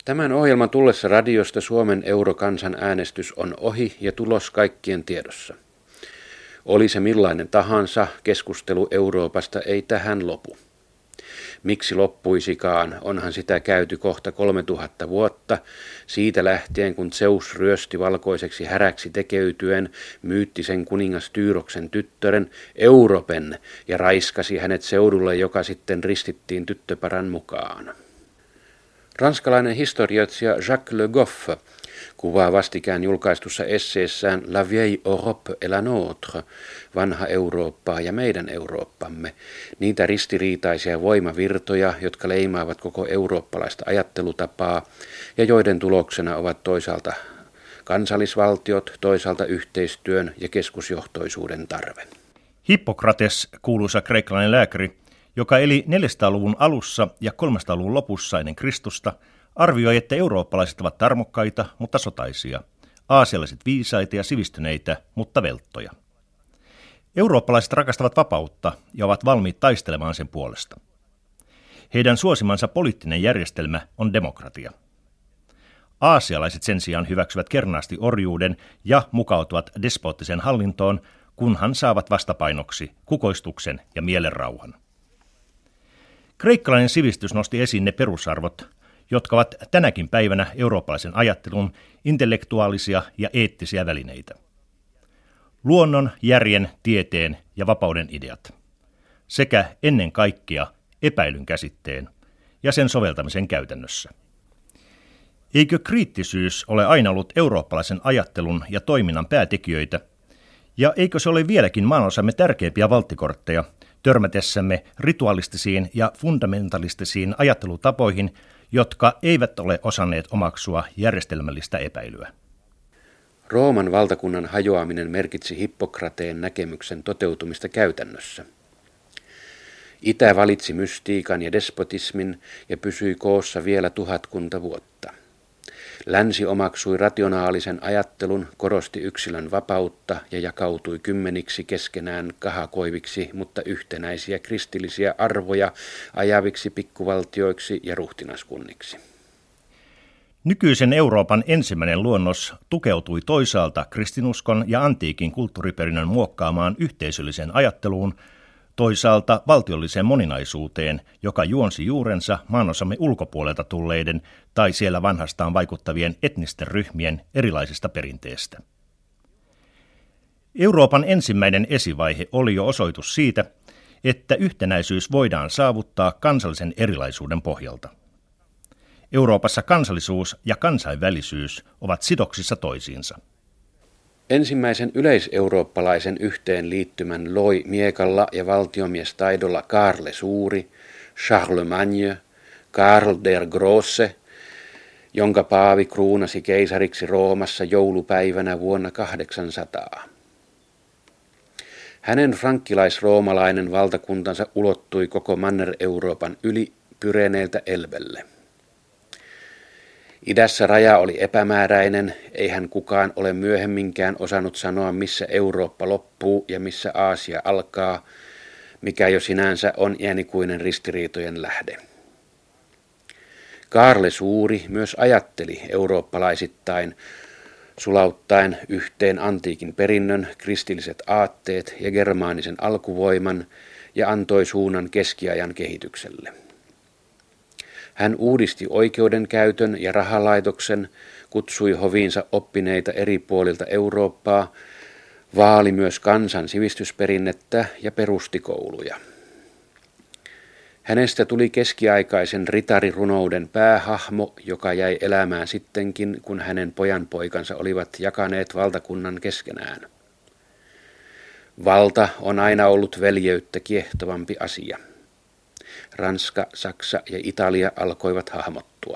Tämän ohjelman tullessa radiosta Suomen eurokansanäänestys on ohi ja tulos kaikkien tiedossa. Oli se millainen tahansa, keskustelu Euroopasta ei tähän lopu. Miksi loppuisikaan, onhan sitä käyty kohta 3000 vuotta, siitä lähtien kun Zeus ryösti valkoiseksi häräksi tekeytyen myyttisen kuningas Tyroksen tyttären Europen ja raiskasi hänet seudulle, joka sitten ristittiin tyttöparan mukaan. Ranskalainen historioitsija Jacques Le Goff kuvaa vastikään julkaistussa esseessään La vieille Europe et la nôtre, vanha Eurooppaa ja meidän Eurooppamme, niitä ristiriitaisia voimavirtoja, jotka leimaavat koko eurooppalaista ajattelutapaa ja joiden tuloksena ovat toisaalta kansallisvaltiot, toisaalta yhteistyön ja keskusjohtoisuuden tarve. Hippokrates, kuuluisa kreikkalainen lääkäri, joka eli 400-luvun alussa ja 300-luvun lopussa ennen Kristusta, arvioi, että eurooppalaiset ovat tarmokkaita, mutta sotaisia, aasialaiset viisaita ja sivistyneitä, mutta velttoja. Eurooppalaiset rakastavat vapautta ja ovat valmiit taistelemaan sen puolesta. Heidän suosimansa poliittinen järjestelmä on demokratia. Aasialaiset sen sijaan hyväksyvät kernaasti orjuuden ja mukautuvat despoottiseen hallintoon, kunhan saavat vastapainoksi kukoistuksen ja mielenrauhan. Kreikkalainen sivistys nosti esiin ne perusarvot, jotka ovat tänäkin päivänä eurooppalaisen ajattelun intellektuaalisia ja eettisiä välineitä. Luonnon, järjen, tieteen ja vapauden ideat, sekä ennen kaikkea epäilyn käsitteen ja sen soveltamisen käytännössä. Eikö kriittisyys ole aina ollut eurooppalaisen ajattelun ja toiminnan päätekijöitä, ja eikö se ole vieläkin maanosamme tärkeimpiä valttikortteja törmätessämme ritualistisiin ja fundamentalistisiin ajattelutapoihin, jotka eivät ole osanneet omaksua järjestelmällistä epäilyä? Rooman valtakunnan hajoaminen merkitsi Hippokrateen näkemyksen toteutumista käytännössä. Itä valitsi mystiikan ja despotismin ja pysyi koossa vielä 1000 vuotta. Länsi omaksui rationaalisen ajattelun, korosti yksilön vapautta ja jakautui kymmeniksi keskenään kahakoiviksi, mutta yhtenäisiä kristillisiä arvoja ajaviksi pikkuvaltioiksi ja ruhtinaskunniksi. Nykyisen Euroopan ensimmäinen luonnos tukeutui toisaalta kristinuskon ja antiikin kulttuuriperinnön muokkaamaan yhteisölliseen ajatteluun, toisaalta valtiolliseen moninaisuuteen, joka juonsi juurensa maanosamme ulkopuolelta tulleiden tai siellä vanhastaan vaikuttavien etnisten ryhmien erilaisista perinteistä. Euroopan ensimmäinen esivaihe oli jo osoitus siitä, että yhtenäisyys voidaan saavuttaa kansallisen erilaisuuden pohjalta. Euroopassa kansallisuus ja kansainvälisyys ovat sidoksissa toisiinsa. Ensimmäisen yleiseurooppalaisen yhteenliittymän loi miekalla ja valtiomiestaidolla Karle Suuri, Charlemagne, Karl der Grosse, jonka paavi kruunasi keisariksi Roomassa joulupäivänä vuonna 800. Hänen frankkilais-roomalainen valtakuntansa ulottui koko Manner-Euroopan yli Pyreneiltä Elbelle. Idässä raja oli epämääräinen, eihän kukaan ole myöhemminkään osannut sanoa, missä Eurooppa loppuu ja missä Aasia alkaa, mikä jo sinänsä on iänikuinen ristiriitojen lähde. Karle Suuri myös ajatteli eurooppalaisittain, sulauttaen yhteen antiikin perinnön, kristilliset aatteet ja germaanisen alkuvoiman ja antoi suunnan keskiajan kehitykselle. Hän uudisti oikeudenkäytön ja rahalaitoksen, kutsui hoviinsa oppineita eri puolilta Eurooppaa, vaali myös kansan sivistysperinnettä ja perusti kouluja. Hänestä tuli keskiaikaisen ritarirunouden päähahmo, joka jäi elämään sittenkin, kun hänen pojanpoikansa olivat jakaneet valtakunnan keskenään. Valta on aina ollut veljeyttä kiehtovampi asia. Ranska, Saksa ja Italia alkoivat hahmottua.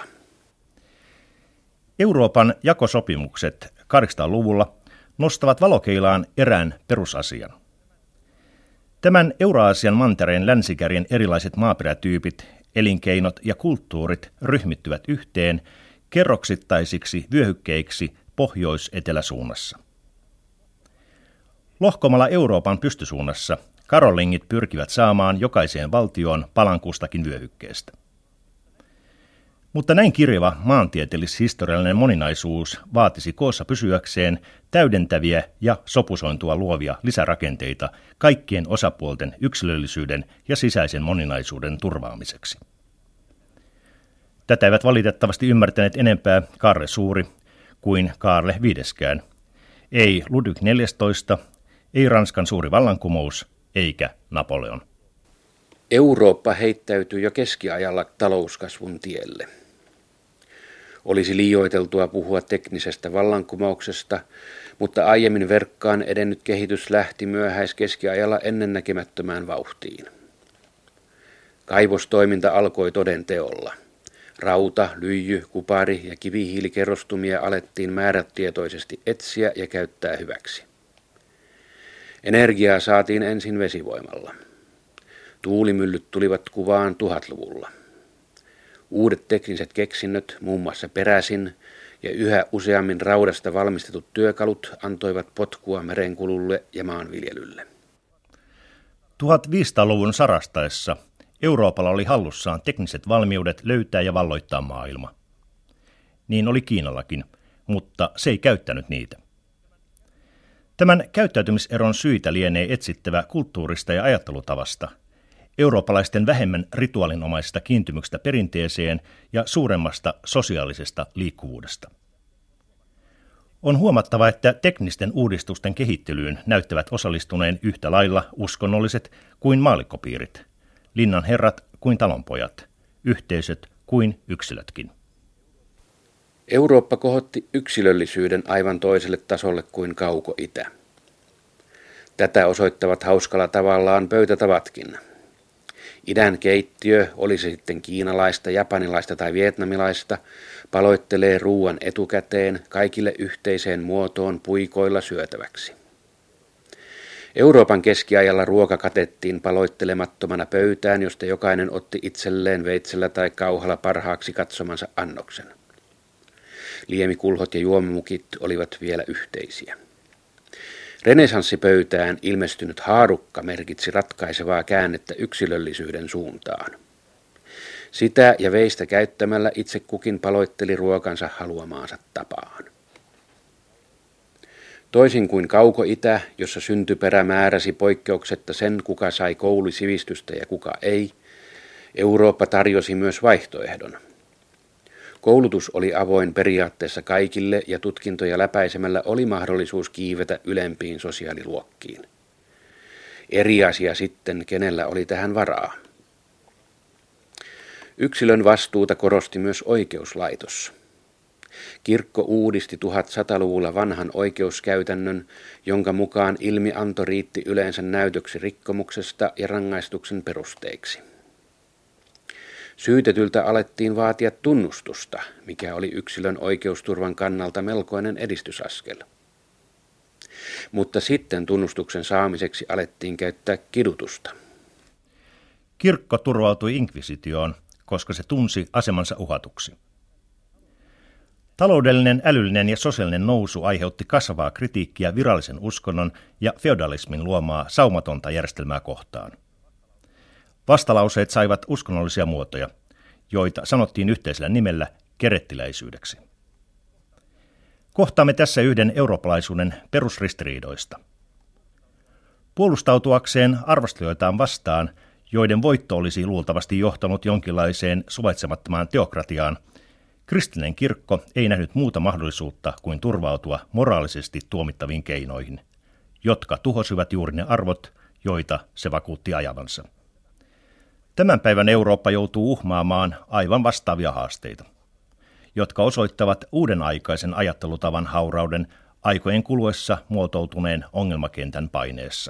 Euroopan jakosopimukset 800-luvulla nostavat valokeilaan erään perusasian. Tämän Euraasian mantereen länsikärjen erilaiset maaperätyypit, elinkeinot ja kulttuurit ryhmittyvät yhteen kerroksittaisiksi vyöhykkeiksi pohjois-eteläsuunnassa. Lohkomalla Euroopan pystysuunnassa karolingit pyrkivät saamaan jokaiseen valtioon palan kustakin vyöhykkeestä. Mutta näin kirjava maantieteellis-historiallinen moninaisuus vaatisi koossa pysyäkseen täydentäviä ja sopusointua luovia lisärakenteita kaikkien osapuolten yksilöllisyyden ja sisäisen moninaisuuden turvaamiseksi. Tätä eivät valitettavasti ymmärtäneet enempää Kaarle Suuri kuin Kaarle Viideskään. Ei Ludwig XIV, ei Ranskan suuri vallankumous, eikä Napoleon. Eurooppa heittäytyi jo keskiajalla talouskasvun tielle. Olisi liioiteltua puhua teknisestä vallankumouksesta, mutta aiemmin verkkaan edennyt kehitys lähti myöhäiskeskiajalla ennennäkemättömään vauhtiin. Kaivostoiminta alkoi toden teolla. Rauta, lyijy, kupari ja kivihiilikerrostumia alettiin määrätietoisesti etsiä ja käyttää hyväksi. Energiaa saatiin ensin vesivoimalla. Tuulimyllyt tulivat kuvaan 1000-luvulla. Uudet tekniset keksinnöt, muun muassa peräsin ja yhä useammin raudasta valmistetut työkalut antoivat potkua merenkululle ja maanviljelylle. 1500-luvun sarastaessa Euroopalla oli hallussaan tekniset valmiudet löytää ja valloittaa maailma. Niin oli Kiinallakin, mutta se ei käyttänyt niitä. Tämän käyttäytymiseron syitä lienee etsittävä kulttuurista ja ajattelutavasta, eurooppalaisten vähemmän rituaalinomaisesta kiintymyksestä perinteeseen ja suuremmasta sosiaalisesta liikkuvuudesta. On huomattava, että teknisten uudistusten kehittelyyn näyttävät osallistuneen yhtä lailla uskonnolliset kuin maallikkopiirit, linnanherrat kuin talonpojat, yhteisöt kuin yksilötkin. Eurooppa kohotti yksilöllisyyden aivan toiselle tasolle kuin Kauko-Itä. Tätä osoittavat hauskalla tavallaan pöytätavatkin. Idän keittiö, oli se sitten kiinalaista, japanilaista tai vietnamilaista, paloittelee ruuan etukäteen kaikille yhteiseen muotoon puikoilla syötäväksi. Euroopan keskiajalla ruoka katettiin paloittelemattomana pöytään, josta jokainen otti itselleen veitsellä tai kauhalla parhaaksi katsomansa annoksen. Liemikulhot ja juomamukit olivat vielä yhteisiä. Renesanssipöytään ilmestynyt haarukka merkitsi ratkaisevaa käännettä yksilöllisyyden suuntaan. Sitä ja veistä käyttämällä itse kukin paloitteli ruokansa haluamaansa tapaan. Toisin kuin Kauko-Itä, jossa syntyperä määräsi poikkeuksetta sen, kuka sai koulusivistystä ja kuka ei, Eurooppa tarjosi myös vaihtoehdon. Koulutus oli avoin periaatteessa kaikille ja tutkintoja läpäisemällä oli mahdollisuus kiivetä ylempiin sosiaaliluokkiin. Eri asia sitten, kenellä oli tähän varaa. Yksilön vastuuta korosti myös oikeuslaitos. Kirkko uudisti 1100-luvulla vanhan oikeuskäytännön, jonka mukaan ilmianto riitti yleensä näytöksi rikkomuksesta ja rangaistuksen perusteiksi. Syytetyltä alettiin vaatia tunnustusta, mikä oli yksilön oikeusturvan kannalta melkoinen edistysaskel. Mutta sitten tunnustuksen saamiseksi alettiin käyttää kidutusta. Kirkko turvautui inkvisitioon, koska se tunsi asemansa uhatuksi. Taloudellinen, älyllinen ja sosiaalinen nousu aiheutti kasvavaa kritiikkiä virallisen uskonnon ja feodalismin luomaa saumatonta järjestelmää kohtaan. Vastalauseet saivat uskonnollisia muotoja, joita sanottiin yhteisellä nimellä kerettiläisyydeksi. Kohtaamme tässä yhden eurooppalaisuuden perusristiriidoista. Puolustautuakseen arvostelijoitaan vastaan, joiden voitto olisi luultavasti johtanut jonkinlaiseen suvaitsemattomaan teokratiaan, kristillinen kirkko ei nähnyt muuta mahdollisuutta kuin turvautua moraalisesti tuomittaviin keinoihin, jotka tuhosivat juuri ne arvot, joita se vakuutti ajavansa. Tämän päivän Eurooppa joutuu uhmaamaan aivan vastaavia haasteita, jotka osoittavat uuden aikaisen ajattelutavan haurauden aikojen kuluessa muotoutuneen ongelmakentän paineessa.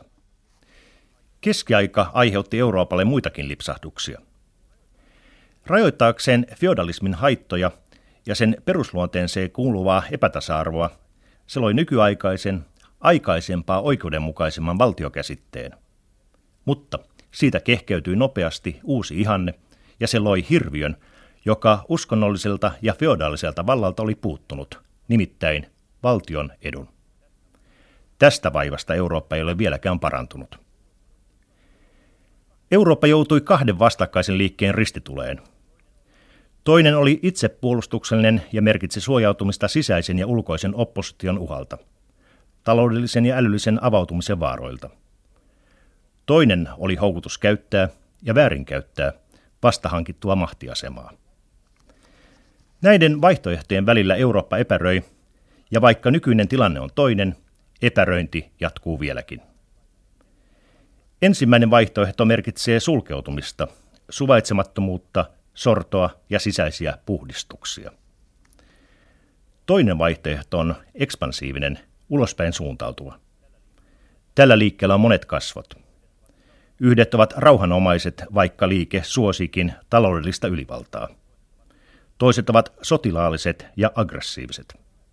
Keskiaika aiheutti Euroopalle muitakin lipsahduksia. Rajoittaakseen feodalismin haittoja ja sen perusluonteeseen kuuluvaa epätasa-arvoa, se loi nykyaikaisen, aikaisempaa oikeudenmukaisemman valtiokäsitteen. Mutta siitä kehkeytyi nopeasti uusi ihanne, ja se loi hirviön, joka uskonnolliselta ja feodaaliselta vallalta oli puuttunut, nimittäin valtion edun. Tästä vaivasta Eurooppa ei ole vieläkään parantunut. Eurooppa joutui kahden vastakkaisen liikkeen ristituleen. Toinen oli itsepuolustuksellinen ja merkitsi suojautumista sisäisen ja ulkoisen opposition uhalta, taloudellisen ja älyllisen avautumisen vaaroilta. Toinen oli houkutus käyttää ja väärinkäyttää vastahankittua mahtiasemaa. Näiden vaihtoehtojen välillä Eurooppa epäröi, ja vaikka nykyinen tilanne on toinen, epäröinti jatkuu vieläkin. Ensimmäinen vaihtoehto merkitsee sulkeutumista, suvaitsemattomuutta, sortoa ja sisäisiä puhdistuksia. Toinen vaihtoehto on ekspansiivinen, ulospäin suuntautuva. Tällä liikkeellä on monet kasvot. Yhdet ovat rauhanomaiset, vaikka liike suosiikin taloudellista ylivaltaa. Toiset ovat sotilaalliset ja aggressiiviset.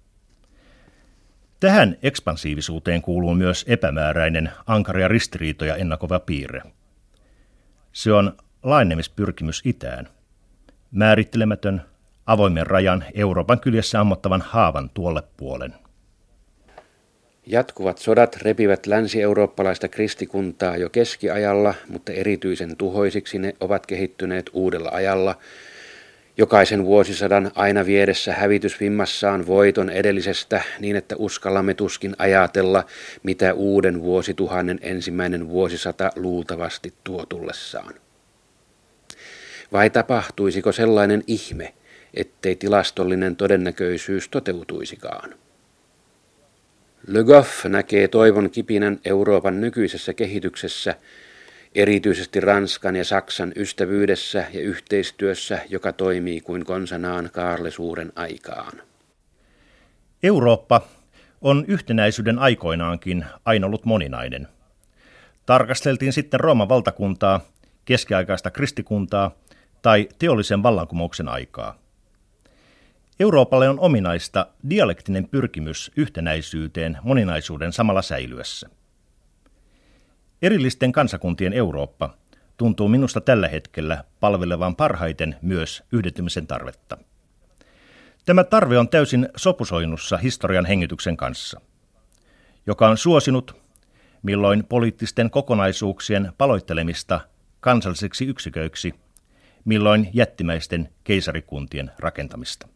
Tähän ekspansiivisuuteen kuuluu myös epämääräinen, ankaria ristiriitoja ennakova piirre. Se on laajennemispyrkimys itään. Määrittelemätön, avoimen rajan Euroopan kyljessä ammottavan haavan tuolle puolen. Jatkuvat sodat repivät länsi-eurooppalaista kristikuntaa jo keskiajalla, mutta erityisen tuhoisiksi ne ovat kehittyneet uudella ajalla, jokaisen vuosisadan aina viedessä hävitysvimmassaan voiton edellisestä niin, että uskallamme tuskin ajatella, mitä uuden vuosituhannen ensimmäinen vuosisata luultavasti tuo tullessaan. Vai tapahtuisiko sellainen ihme, ettei tilastollinen todennäköisyys toteutuisikaan? Le Goff näkee toivon kipinän Euroopan nykyisessä kehityksessä, erityisesti Ranskan ja Saksan ystävyydessä ja yhteistyössä, joka toimii kuin konsanaan kaarlesuuden aikaan. Eurooppa on yhtenäisyyden aikoinaankin aina ollut moninainen. Tarkasteltiin sitten Rooman valtakuntaa, keskiaikaista kristikuntaa tai teollisen vallankumouksen aikaa. Euroopalle on ominaista dialektinen pyrkimys yhtenäisyyteen moninaisuuden samalla säilyessä. Erillisten kansakuntien Eurooppa tuntuu minusta tällä hetkellä palvelevan parhaiten myös yhdentymisen tarvetta. Tämä tarve on täysin sopusoinnussa historian hengityksen kanssa, joka on suosinut milloin poliittisten kokonaisuuksien paloittelemista kansallisiksi yksiköiksi, milloin jättimäisten keisarikuntien rakentamista.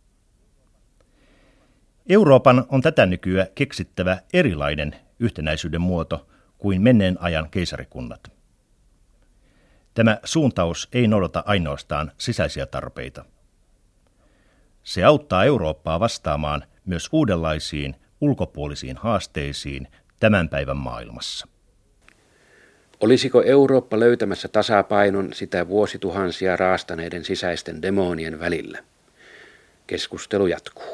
Euroopan on tätä nykyä keksittävä erilainen yhtenäisyyden muoto kuin menneen ajan keisarikunnat. Tämä suuntaus ei noudata ainoastaan sisäisiä tarpeita. Se auttaa Eurooppaa vastaamaan myös uudenlaisiin ulkopuolisiin haasteisiin tämän päivän maailmassa. Olisiko Eurooppa löytämässä tasapainon sitä vuosituhansia raastaneiden sisäisten demonien välillä? Keskustelu jatkuu.